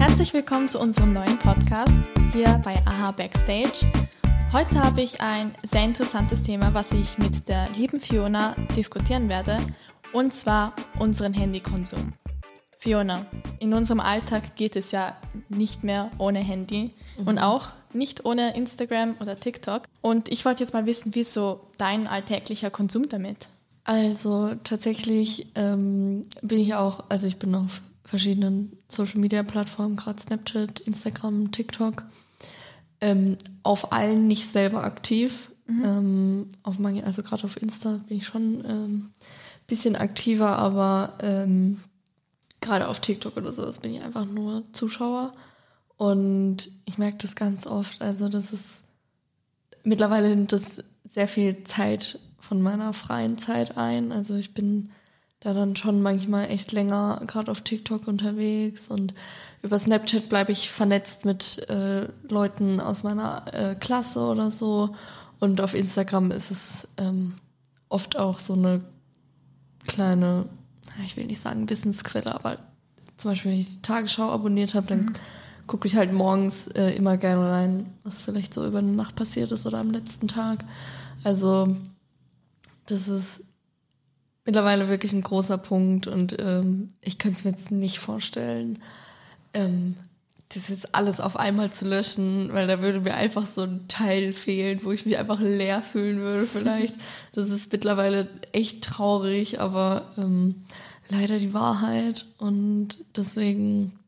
Herzlich willkommen zu unserem neuen Podcast hier bei AHA Backstage. Heute habe ich ein sehr interessantes Thema, was ich mit der lieben Fiona diskutieren werde, und zwar unseren Handykonsum. Fiona, in unserem Alltag geht es ja nicht mehr ohne Handy und auch nicht ohne Instagram oder TikTok. Und ich wollte jetzt mal wissen, wie so dein alltäglicher Konsum damit? Also tatsächlich bin ich auf verschiedenen Social-Media-Plattformen, gerade Snapchat, Instagram, TikTok. Auf allen nicht selber aktiv. Also gerade auf Insta bin ich schon ein bisschen aktiver, aber gerade auf TikTok oder sowas bin ich einfach nur Zuschauer. Und ich merke das ganz oft. Also mittlerweile nimmt das sehr viel Zeit von meiner freien Zeit ein. Also ich bin da dann schon manchmal echt länger gerade auf TikTok unterwegs, und über Snapchat bleibe ich vernetzt mit Leuten aus meiner Klasse oder so, und auf Instagram ist es oft auch so eine kleine, ich will nicht sagen Wissensquelle, aber zum Beispiel, wenn ich die Tagesschau abonniert habe, dann gucke ich halt morgens immer gerne rein, was vielleicht so über eine Nacht passiert ist oder am letzten Tag. Also das ist mittlerweile wirklich ein großer Punkt, und ich könnte es mir jetzt nicht vorstellen, das jetzt alles auf einmal zu löschen, weil da würde mir einfach so ein Teil fehlen, wo ich mich einfach leer fühlen würde vielleicht. Das ist mittlerweile echt traurig, aber leider die Wahrheit, und deswegen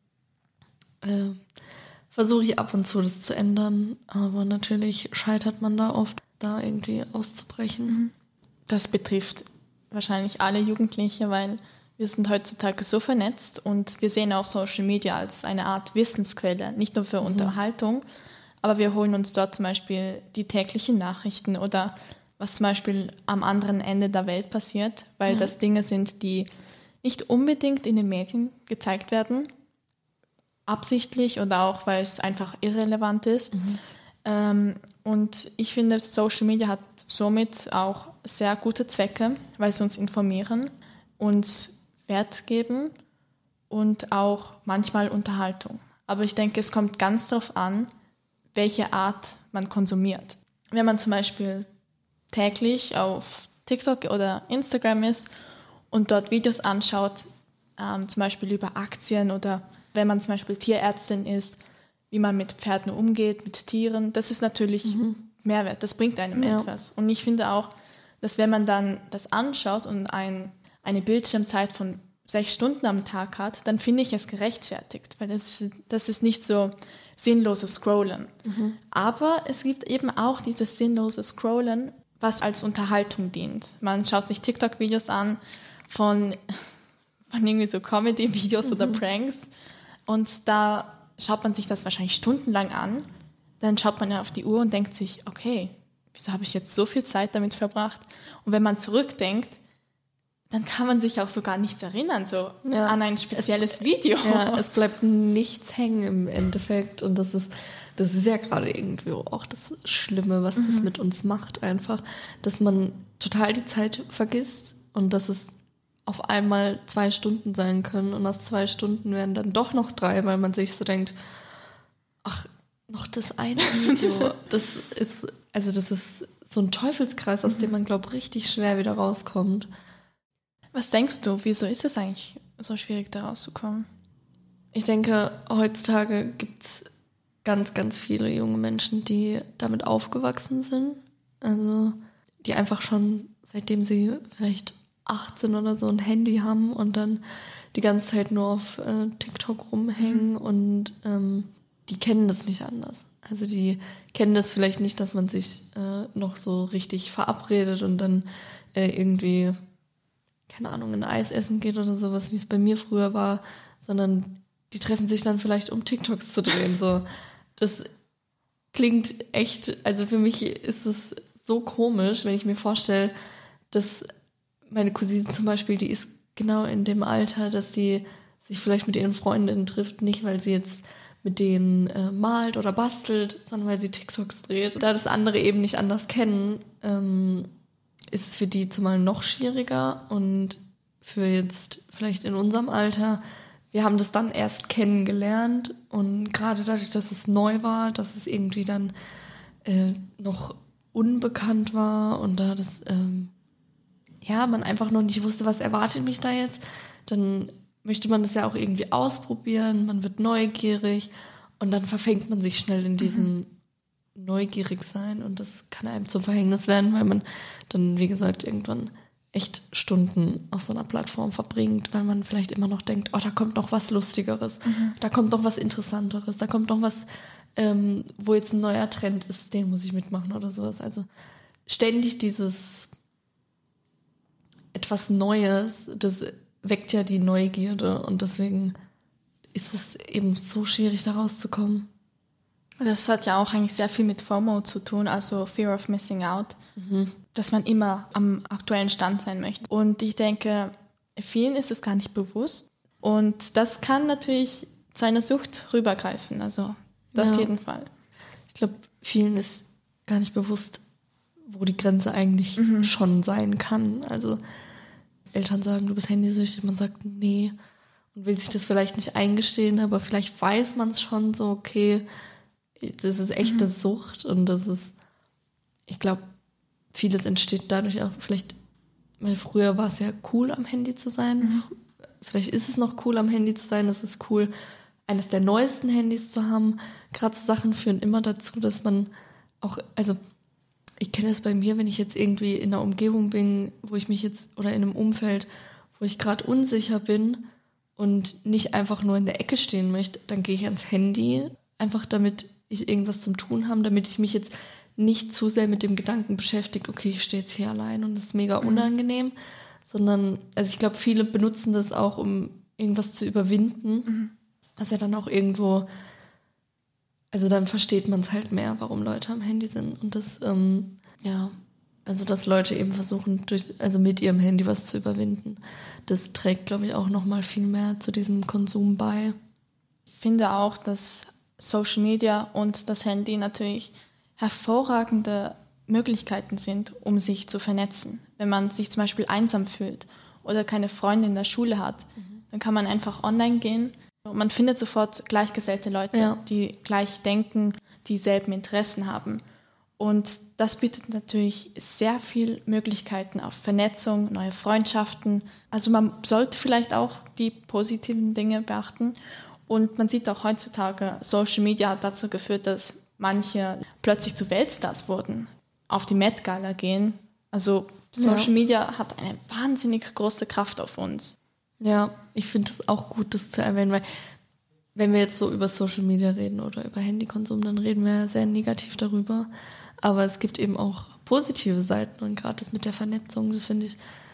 versuche ich ab und zu das zu ändern, aber natürlich scheitert man da oft, da irgendwie auszubrechen. Das betrifft wahrscheinlich alle Jugendliche, weil wir sind heutzutage so vernetzt und wir sehen auch Social Media als eine Art Wissensquelle, nicht nur für Unterhaltung, aber wir holen uns dort zum Beispiel die täglichen Nachrichten oder was zum Beispiel am anderen Ende der Welt passiert, weil das Dinge sind, die nicht unbedingt in den Medien gezeigt werden, absichtlich oder auch, weil es einfach irrelevant ist. Und ich finde, Social Media hat somit auch sehr gute Zwecke, weil sie uns informieren, uns Wert geben und auch manchmal Unterhaltung. Aber ich denke, es kommt ganz darauf an, welche Art man konsumiert. Wenn man zum Beispiel täglich auf TikTok oder Instagram ist und dort Videos anschaut, zum Beispiel über Aktien, oder wenn man zum Beispiel Tierärztin ist, wie man mit Pferden umgeht, mit Tieren, das ist natürlich Mehrwert, das bringt einem etwas. Und ich finde auch, dass wenn man dann das anschaut und eine Bildschirmzeit von 6 Stunden am Tag hat, dann finde ich es gerechtfertigt, weil das ist nicht so sinnloses Scrollen. Aber es gibt eben auch dieses sinnlose Scrollen, was als Unterhaltung dient. Man schaut sich TikTok-Videos an von irgendwie so Comedy-Videos oder Pranks, und da schaut man sich das wahrscheinlich stundenlang an, dann schaut man ja auf die Uhr und denkt sich, okay, wieso habe ich jetzt so viel Zeit damit verbracht? Und wenn man zurückdenkt, dann kann man sich auch so gar nichts erinnern, so an ein spezielles Video. Ja, es bleibt nichts hängen im Endeffekt, und das ist ja gerade irgendwie auch das Schlimme, was das mit uns macht einfach, dass man total die Zeit vergisst und dass es auf einmal 2 Stunden sein können, und aus 2 Stunden werden dann doch noch 3, weil man sich so denkt, ach, noch das eine Video. Das ist so ein Teufelskreis, aus dem man, glaube ich, richtig schwer wieder rauskommt. Was denkst du, wieso ist es eigentlich so schwierig, da rauszukommen? Ich denke, heutzutage gibt es ganz, ganz viele junge Menschen, die damit aufgewachsen sind. Also die einfach schon, seitdem sie vielleicht 18 oder so ein Handy haben und dann die ganze Zeit nur auf TikTok rumhängen, und die kennen das nicht anders. Also die kennen das vielleicht nicht, dass man sich noch so richtig verabredet und dann irgendwie, keine Ahnung, ein Eis essen geht oder sowas, wie es bei mir früher war, sondern die treffen sich dann vielleicht, um TikToks zu drehen. So, das klingt echt, also für mich ist es so komisch, wenn ich mir vorstelle, dass meine Cousine zum Beispiel, die ist genau in dem Alter, dass sie sich vielleicht mit ihren Freundinnen trifft, nicht weil sie jetzt mit denen malt oder bastelt, sondern weil sie TikToks dreht. Da das andere eben nicht anders kennen, ist es für die zumal noch schwieriger, und für jetzt vielleicht in unserem Alter wir haben das dann erst kennengelernt und gerade dadurch, dass es neu war, dass es irgendwie dann noch unbekannt war und da das, man einfach noch nicht wusste, was erwartet mich da jetzt, dann möchte man das ja auch irgendwie ausprobieren, man wird neugierig und dann verfängt man sich schnell in diesem neugierig sein und das kann einem zum Verhängnis werden, weil man dann, wie gesagt, irgendwann echt Stunden auf so einer Plattform verbringt, weil man vielleicht immer noch denkt, oh, da kommt noch was Lustigeres, da kommt noch was Interessanteres, da kommt noch was, wo jetzt ein neuer Trend ist, den muss ich mitmachen oder sowas. Also ständig dieses etwas Neues, das weckt ja die Neugierde und deswegen ist es eben so schwierig, da rauszukommen. Das hat ja auch eigentlich sehr viel mit FOMO zu tun, also Fear of Missing Out, dass man immer am aktuellen Stand sein möchte. Und ich denke, vielen ist es gar nicht bewusst. Und das kann natürlich zu einer Sucht rübergreifen, also das auf jeden Fall. Ich glaube, vielen ist gar nicht bewusst, wo die Grenze eigentlich schon sein kann. Also Eltern sagen, du bist handysüchtig, man sagt, nee, und will sich das vielleicht nicht eingestehen, aber vielleicht weiß man es schon so, okay, das ist echte Sucht und das ist, ich glaube, vieles entsteht dadurch auch vielleicht, weil früher war es ja cool, am Handy zu sein. Vielleicht ist es noch cool, am Handy zu sein. Es ist cool, eines der neuesten Handys zu haben. Gerade so Sachen führen immer dazu, dass man auch, also ich kenne das bei mir, wenn ich jetzt irgendwie in einer Umgebung bin, wo ich mich jetzt, oder in einem Umfeld, wo ich gerade unsicher bin und nicht einfach nur in der Ecke stehen möchte, dann gehe ich ans Handy, einfach damit ich irgendwas zum Tun habe, damit ich mich jetzt nicht zu sehr mit dem Gedanken beschäftige, okay, ich stehe jetzt hier allein und das ist mega unangenehm, sondern, also ich glaube, viele benutzen das auch, um irgendwas zu überwinden, was ja dann auch irgendwo, also dann versteht man es halt mehr, warum Leute am Handy sind und das, also dass Leute eben versuchen, mit ihrem Handy was zu überwinden, das trägt, glaube ich, auch nochmal viel mehr zu diesem Konsum bei. Ich finde auch, dass Social Media und das Handy natürlich hervorragende Möglichkeiten sind, um sich zu vernetzen. Wenn man sich zum Beispiel einsam fühlt oder keine Freunde in der Schule hat, dann kann man einfach online gehen und man findet sofort gleichgesellte Leute, die gleich denken, dieselben Interessen haben. Und das bietet natürlich sehr viele Möglichkeiten auf Vernetzung, neue Freundschaften. Also man sollte vielleicht auch die positiven Dinge beachten. Und man sieht auch heutzutage, Social Media hat dazu geführt, dass manche plötzlich zu Weltstars wurden, auf die Met Gala gehen. Also Social Media hat eine wahnsinnig große Kraft auf uns. Ja, ich finde es auch gut, das zu erwähnen, weil wenn wir jetzt so über Social Media reden oder über Handykonsum, dann reden wir ja sehr negativ darüber. Aber es gibt eben auch positive Seiten und gerade das mit der Vernetzung, das finde ich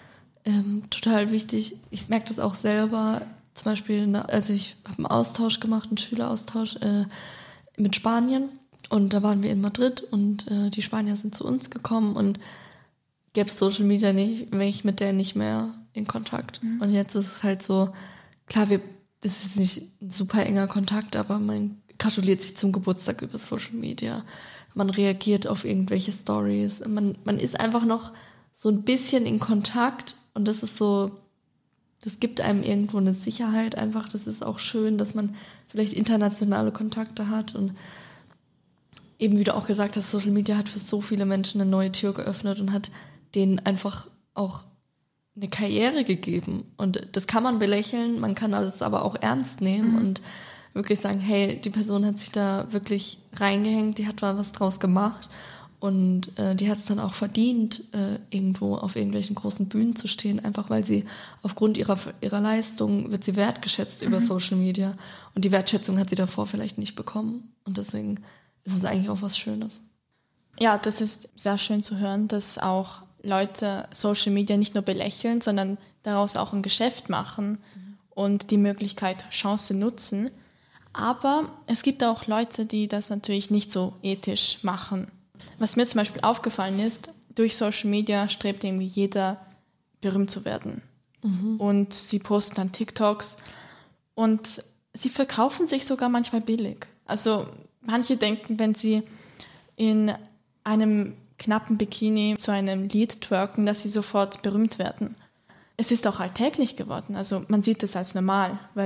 total wichtig. Ich merke das auch selber. Zum Beispiel, also ich habe einen Austausch gemacht, einen Schüleraustausch mit Spanien und da waren wir in Madrid und die Spanier sind zu uns gekommen und gäbe es Social Media nicht, wäre ich mit denen nicht mehr in Kontakt. Und jetzt ist es halt so, klar, das ist nicht ein super enger Kontakt, aber man gratuliert sich zum Geburtstag über Social Media. Man reagiert auf irgendwelche Stories. Man ist einfach noch so ein bisschen in Kontakt und das ist so, das gibt einem irgendwo eine Sicherheit einfach. Das ist auch schön, dass man vielleicht internationale Kontakte hat und eben, wie du auch gesagt hast, Social Media hat für so viele Menschen eine neue Tür geöffnet und hat denen einfach auch eine Karriere gegeben. Und das kann man belächeln, man kann das aber auch ernst nehmen und wirklich sagen, hey, die Person hat sich da wirklich reingehängt, die hat da was draus gemacht und die hat es dann auch verdient, irgendwo auf irgendwelchen großen Bühnen zu stehen, einfach weil sie aufgrund ihrer Leistung wird sie wertgeschätzt über Social Media und die Wertschätzung hat sie davor vielleicht nicht bekommen und deswegen ist es eigentlich auch was Schönes. Ja, das ist sehr schön zu hören, dass auch Leute Social Media nicht nur belächeln, sondern daraus auch ein Geschäft machen und die Möglichkeit, Chance nutzen. Aber es gibt auch Leute, die das natürlich nicht so ethisch machen. Was mir zum Beispiel aufgefallen ist, durch Social Media strebt irgendwie jeder, berühmt zu werden. Und sie posten dann TikToks und sie verkaufen sich sogar manchmal billig. Also manche denken, wenn sie in einem knappen Bikini zu einem Lied twerken, dass sie sofort berühmt werden. Es ist auch alltäglich geworden. Also man sieht es als normal, weil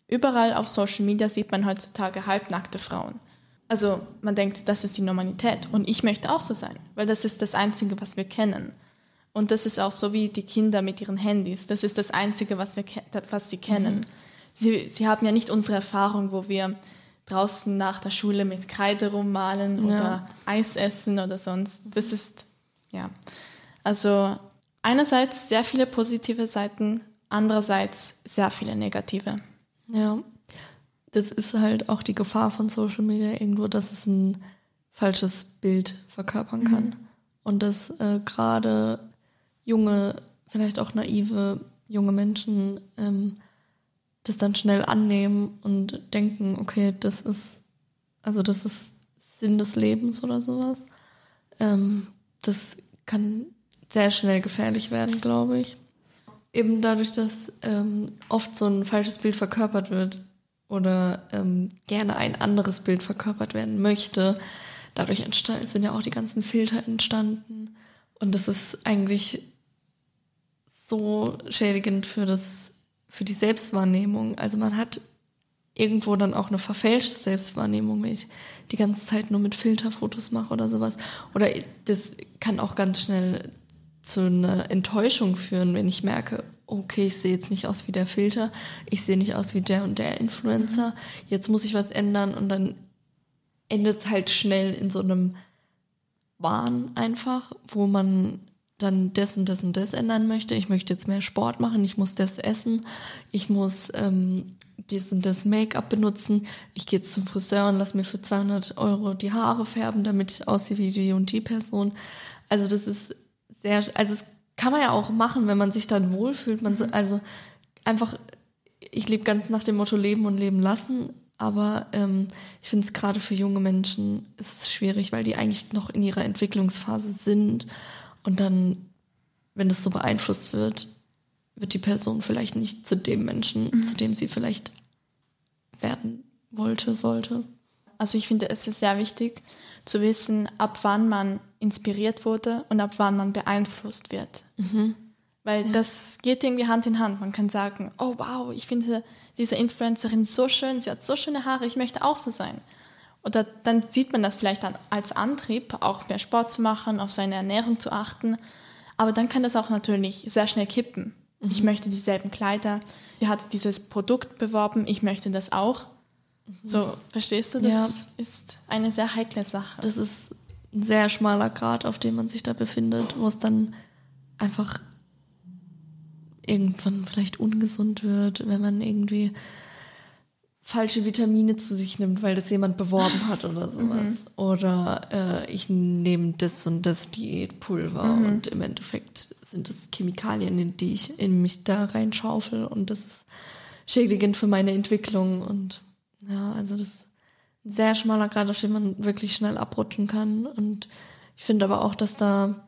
Überall auf Social Media sieht man heutzutage halbnackte Frauen. Also man denkt, das ist die Normalität. Und ich möchte auch so sein, weil das ist das Einzige, was wir kennen. Und das ist auch so wie die Kinder mit ihren Handys. Das ist das Einzige, was sie kennen. Sie haben ja nicht unsere Erfahrung, wo wir draußen nach der Schule mit Kreide rummalen oder Eis essen oder sonst. Das ist, also einerseits sehr viele positive Seiten, andererseits sehr viele negative. Ja, das ist halt auch die Gefahr von Social Media irgendwo, dass es ein falsches Bild verkörpern kann. Und dass gerade junge, vielleicht auch naive junge Menschen das dann schnell annehmen und denken, okay, das ist Sinn des Lebens oder sowas. Das kann sehr schnell gefährlich werden, glaube ich. Eben dadurch, dass oft so ein falsches Bild verkörpert wird oder gerne ein anderes Bild verkörpert werden möchte, dadurch sind ja auch die ganzen Filter entstanden. Und das ist eigentlich so schädigend für die Selbstwahrnehmung. Also man hat irgendwo dann auch eine verfälschte Selbstwahrnehmung, wenn ich die ganze Zeit nur mit Filterfotos mache oder sowas. Oder das kann auch ganz schnell zu einer Enttäuschung führen, wenn ich merke, okay, ich sehe jetzt nicht aus wie der Filter, ich sehe nicht aus wie der und der Influencer, jetzt muss ich was ändern und dann endet es halt schnell in so einem Wahn einfach, wo man dann das und das und das ändern möchte. Ich möchte jetzt mehr Sport machen, ich muss das essen, ich muss dies und das Make-up benutzen, ich gehe jetzt zum Friseur und lasse mir für 200 € die Haare färben, damit ich aussehe wie die und die Person. Also das ist das kann man ja auch machen, wenn man sich dann wohlfühlt. Also einfach, ich lebe ganz nach dem Motto Leben und Leben lassen, aber ich finde es gerade für junge Menschen ist es schwierig, weil die eigentlich noch in ihrer Entwicklungsphase sind und dann, wenn das so beeinflusst wird die Person vielleicht nicht zu dem Menschen, zu dem sie vielleicht werden sollte. Also ich finde, es ist sehr wichtig zu wissen, ab wann man inspiriert wurde und ab wann man beeinflusst wird. Weil das geht irgendwie Hand in Hand. Man kann sagen, oh wow, ich finde diese Influencerin so schön, sie hat so schöne Haare, ich möchte auch so sein. Oder dann sieht man das vielleicht dann als Antrieb, auch mehr Sport zu machen, auf seine Ernährung zu achten. Aber dann kann das auch natürlich sehr schnell kippen. Ich möchte dieselben Kleider, sie hat dieses Produkt beworben, ich möchte das auch. So, verstehst du? Das ist eine sehr heikle Sache. Das ist ein sehr schmaler Grat, auf dem man sich da befindet, wo es dann einfach irgendwann vielleicht ungesund wird, wenn man irgendwie falsche Vitamine zu sich nimmt, weil das jemand beworben hat oder sowas. Oder ich nehme das und das Diätpulver und im Endeffekt sind das Chemikalien, in die ich in mich da reinschaufel und das ist schädigend für meine Entwicklung und also das ist ein sehr schmaler Grad, auf dem man wirklich schnell abrutschen kann und ich finde aber auch, dass da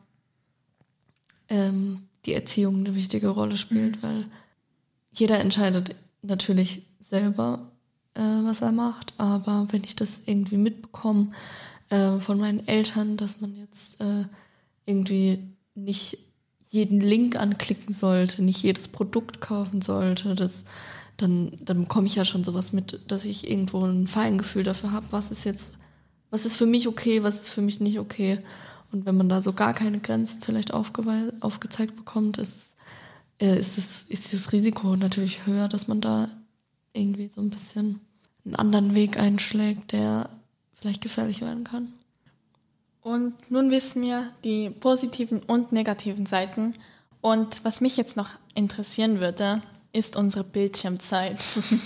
die Erziehung eine wichtige Rolle spielt, weil jeder entscheidet natürlich selber, was er macht, aber wenn ich das irgendwie mitbekomme von meinen Eltern, dass man jetzt irgendwie nicht jeden Link anklicken sollte, nicht jedes Produkt kaufen sollte, dann bekomme ich ja schon sowas mit, dass ich irgendwo ein Feingefühl dafür habe, was ist für mich okay, was ist für mich nicht okay. Und wenn man da so gar keine Grenzen vielleicht aufgezeigt bekommt, ist das Risiko natürlich höher, dass man da irgendwie so ein bisschen einen anderen Weg einschlägt, der vielleicht gefährlich werden kann. Und nun wissen wir die positiven und negativen Seiten. Und was mich jetzt noch interessieren würde, ist unsere Bildschirmzeit.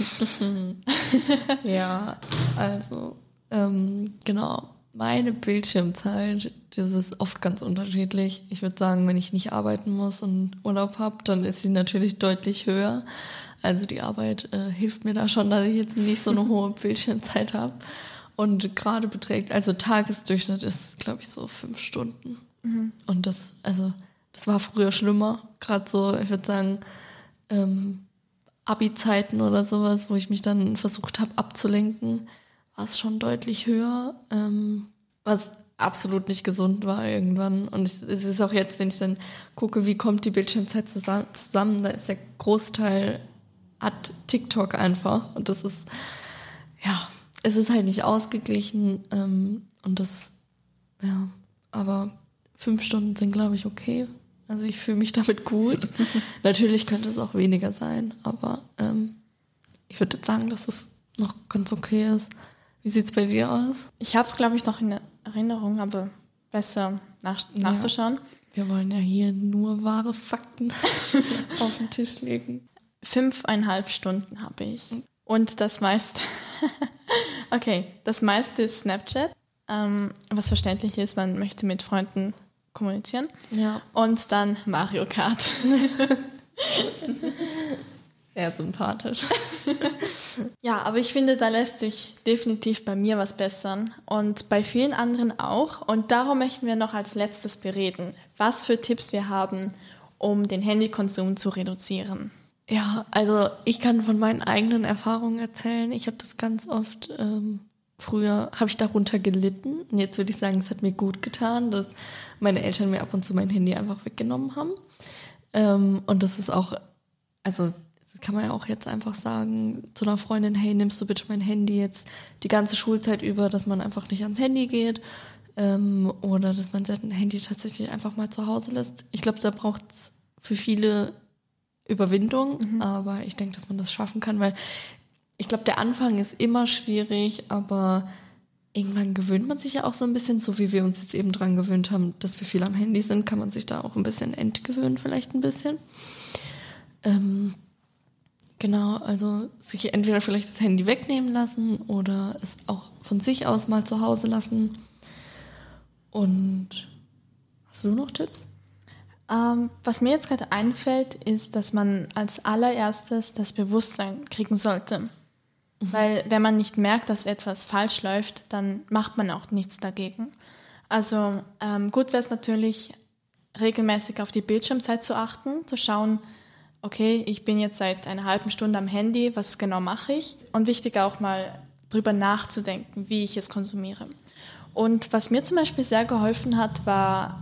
Ja, also genau. Meine Bildschirmzeit, das ist oft ganz unterschiedlich. Ich würde sagen, wenn ich nicht arbeiten muss und Urlaub habe, dann ist sie natürlich deutlich höher. Also die Arbeit hilft mir da schon, dass ich jetzt nicht so eine hohe Bildschirmzeit habe. Und gerade also Tagesdurchschnitt ist, glaube ich, so 5 Stunden. Und das war früher schlimmer. Gerade so, ich würde sagen, Abi-Zeiten oder sowas, wo ich mich dann versucht habe abzulenken, war es schon deutlich höher, was absolut nicht gesund war irgendwann. Und es ist auch jetzt, wenn ich dann gucke, wie kommt die Bildschirmzeit zusammen, da ist der Großteil hat TikTok einfach. Und das ist, ja, es ist halt nicht ausgeglichen. Und das, ja, aber 5 Stunden sind, glaube ich, okay. Also ich fühle mich damit gut. Natürlich könnte es auch weniger sein, aber ich würde jetzt sagen, dass es noch ganz okay ist. Wie sieht es bei dir aus? Ich habe es, glaube ich, noch in Erinnerung, aber besser nachzuschauen. Wir wollen ja hier nur wahre Fakten auf den Tisch legen. 5,5 Stunden habe ich. Und das meiste, das meiste ist Snapchat, was verständlich ist, man möchte mit Freunden kommunizieren. Ja. Und dann Mario Kart. Sehr sympathisch. Ja, aber ich finde, da lässt sich definitiv bei mir was bessern und bei vielen anderen auch. Und darum möchten wir noch als letztes bereden, was für Tipps wir haben, um den Handykonsum zu reduzieren. Ja, also ich kann von meinen eigenen Erfahrungen erzählen. Ich habe das ganz oft, früher habe ich darunter gelitten. Und jetzt würde ich sagen, es hat mir gut getan, dass meine Eltern mir ab und zu mein Handy einfach weggenommen haben. Und das ist auch, also kann man ja auch jetzt einfach sagen zu einer Freundin, hey, nimmst du bitte mein Handy jetzt die ganze Schulzeit über, dass man einfach nicht ans Handy geht oder dass man sein Handy tatsächlich einfach mal zu Hause lässt. Ich glaube, da braucht es für viele Überwindung, aber ich denke, dass man das schaffen kann, weil ich glaube, der Anfang ist immer schwierig, aber irgendwann gewöhnt man sich ja auch so ein bisschen, so wie wir uns jetzt eben dran gewöhnt haben, dass wir viel am Handy sind, kann man sich da auch ein bisschen entgewöhnen, vielleicht ein bisschen. Genau, also sich entweder vielleicht das Handy wegnehmen lassen oder es auch von sich aus mal zu Hause lassen. Und hast du noch Tipps? Was mir jetzt gerade einfällt, ist, dass man als allererstes das Bewusstsein kriegen sollte. Weil wenn man nicht merkt, dass etwas falsch läuft, dann macht man auch nichts dagegen. Also gut wäre es natürlich, regelmäßig auf die Bildschirmzeit zu achten, zu schauen, okay, ich bin jetzt seit einer halben Stunde am Handy, was genau mache ich? Und wichtig auch mal drüber nachzudenken, wie ich es konsumiere. Und was mir zum Beispiel sehr geholfen hat, war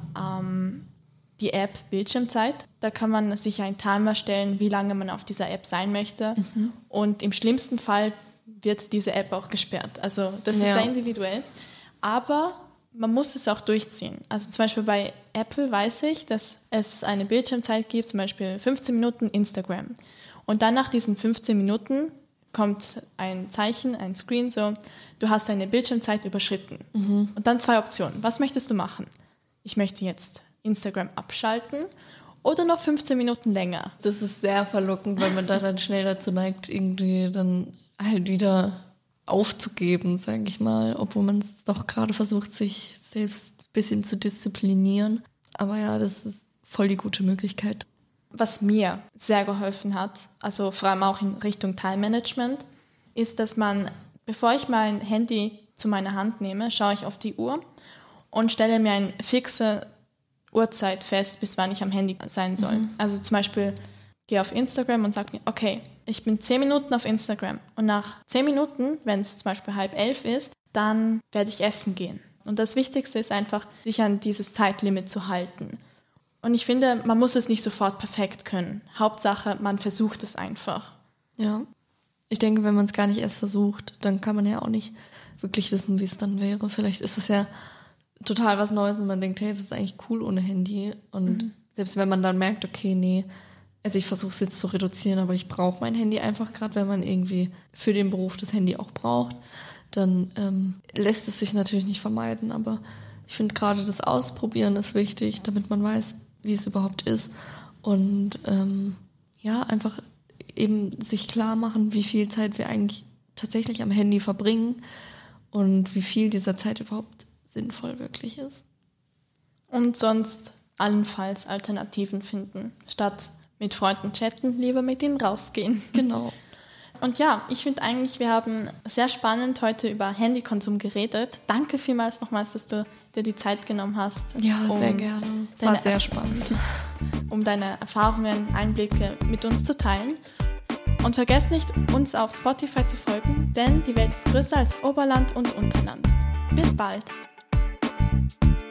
die App Bildschirmzeit. Da kann man sich einen Timer stellen, wie lange man auf dieser App sein möchte. Und im schlimmsten Fall wird diese App auch gesperrt. Also das ist sehr individuell. Aber man muss es auch durchziehen. Also zum Beispiel bei Apple weiß ich, dass es eine Bildschirmzeit gibt, zum Beispiel 15 Minuten Instagram. Und dann nach diesen 15 Minuten kommt ein Zeichen, ein Screen so, du hast deine Bildschirmzeit überschritten. Und dann 2 Optionen. Was möchtest du machen? Ich möchte jetzt Instagram abschalten oder noch 15 Minuten länger. Das ist sehr verlockend, weil man da dann schnell dazu neigt, irgendwie dann halt wieder aufzugeben, sage ich mal, obwohl man es doch gerade versucht, sich selbst ein bisschen zu disziplinieren. Aber ja, das ist voll die gute Möglichkeit. Was mir sehr geholfen hat, also vor allem auch in Richtung Time-Management, ist, dass man, bevor ich mein Handy zu meiner Hand nehme, schaue ich auf die Uhr und stelle mir eine fixe Uhrzeit fest, bis wann ich am Handy sein soll. Also zum Beispiel gehe auf Instagram und sage mir, okay, ich bin 10 Minuten auf Instagram und nach 10 Minuten, wenn es zum Beispiel 10:30 ist, dann werde ich essen gehen. Und das Wichtigste ist einfach, sich an dieses Zeitlimit zu halten. Und ich finde, man muss es nicht sofort perfekt können. Hauptsache, man versucht es einfach. Ja, ich denke, wenn man es gar nicht erst versucht, dann kann man ja auch nicht wirklich wissen, wie es dann wäre. Vielleicht ist es ja total was Neues und man denkt, hey, das ist eigentlich cool ohne Handy. Und selbst wenn man dann merkt, okay, nee, also ich versuche es jetzt zu reduzieren, aber ich brauche mein Handy einfach gerade, wenn man irgendwie für den Beruf das Handy auch braucht, dann lässt es sich natürlich nicht vermeiden. Aber ich finde gerade das Ausprobieren ist wichtig, damit man weiß, wie es überhaupt ist. Und einfach eben sich klar machen, wie viel Zeit wir eigentlich tatsächlich am Handy verbringen und wie viel dieser Zeit überhaupt sinnvoll wirklich ist. Und sonst allenfalls Alternativen finden. Statt mit Freunden chatten, lieber mit ihnen rausgehen. Genau. Und ja, ich finde eigentlich, wir haben sehr spannend heute über Handykonsum geredet. Danke vielmals nochmals, dass du dir die Zeit genommen hast. Ja, sehr gerne. Es war sehr spannend. Um deine Erfahrungen, Einblicke mit uns zu teilen. Und vergesst nicht, uns auf Spotify zu folgen, denn die Welt ist größer als Oberland und Unterland. Bis bald!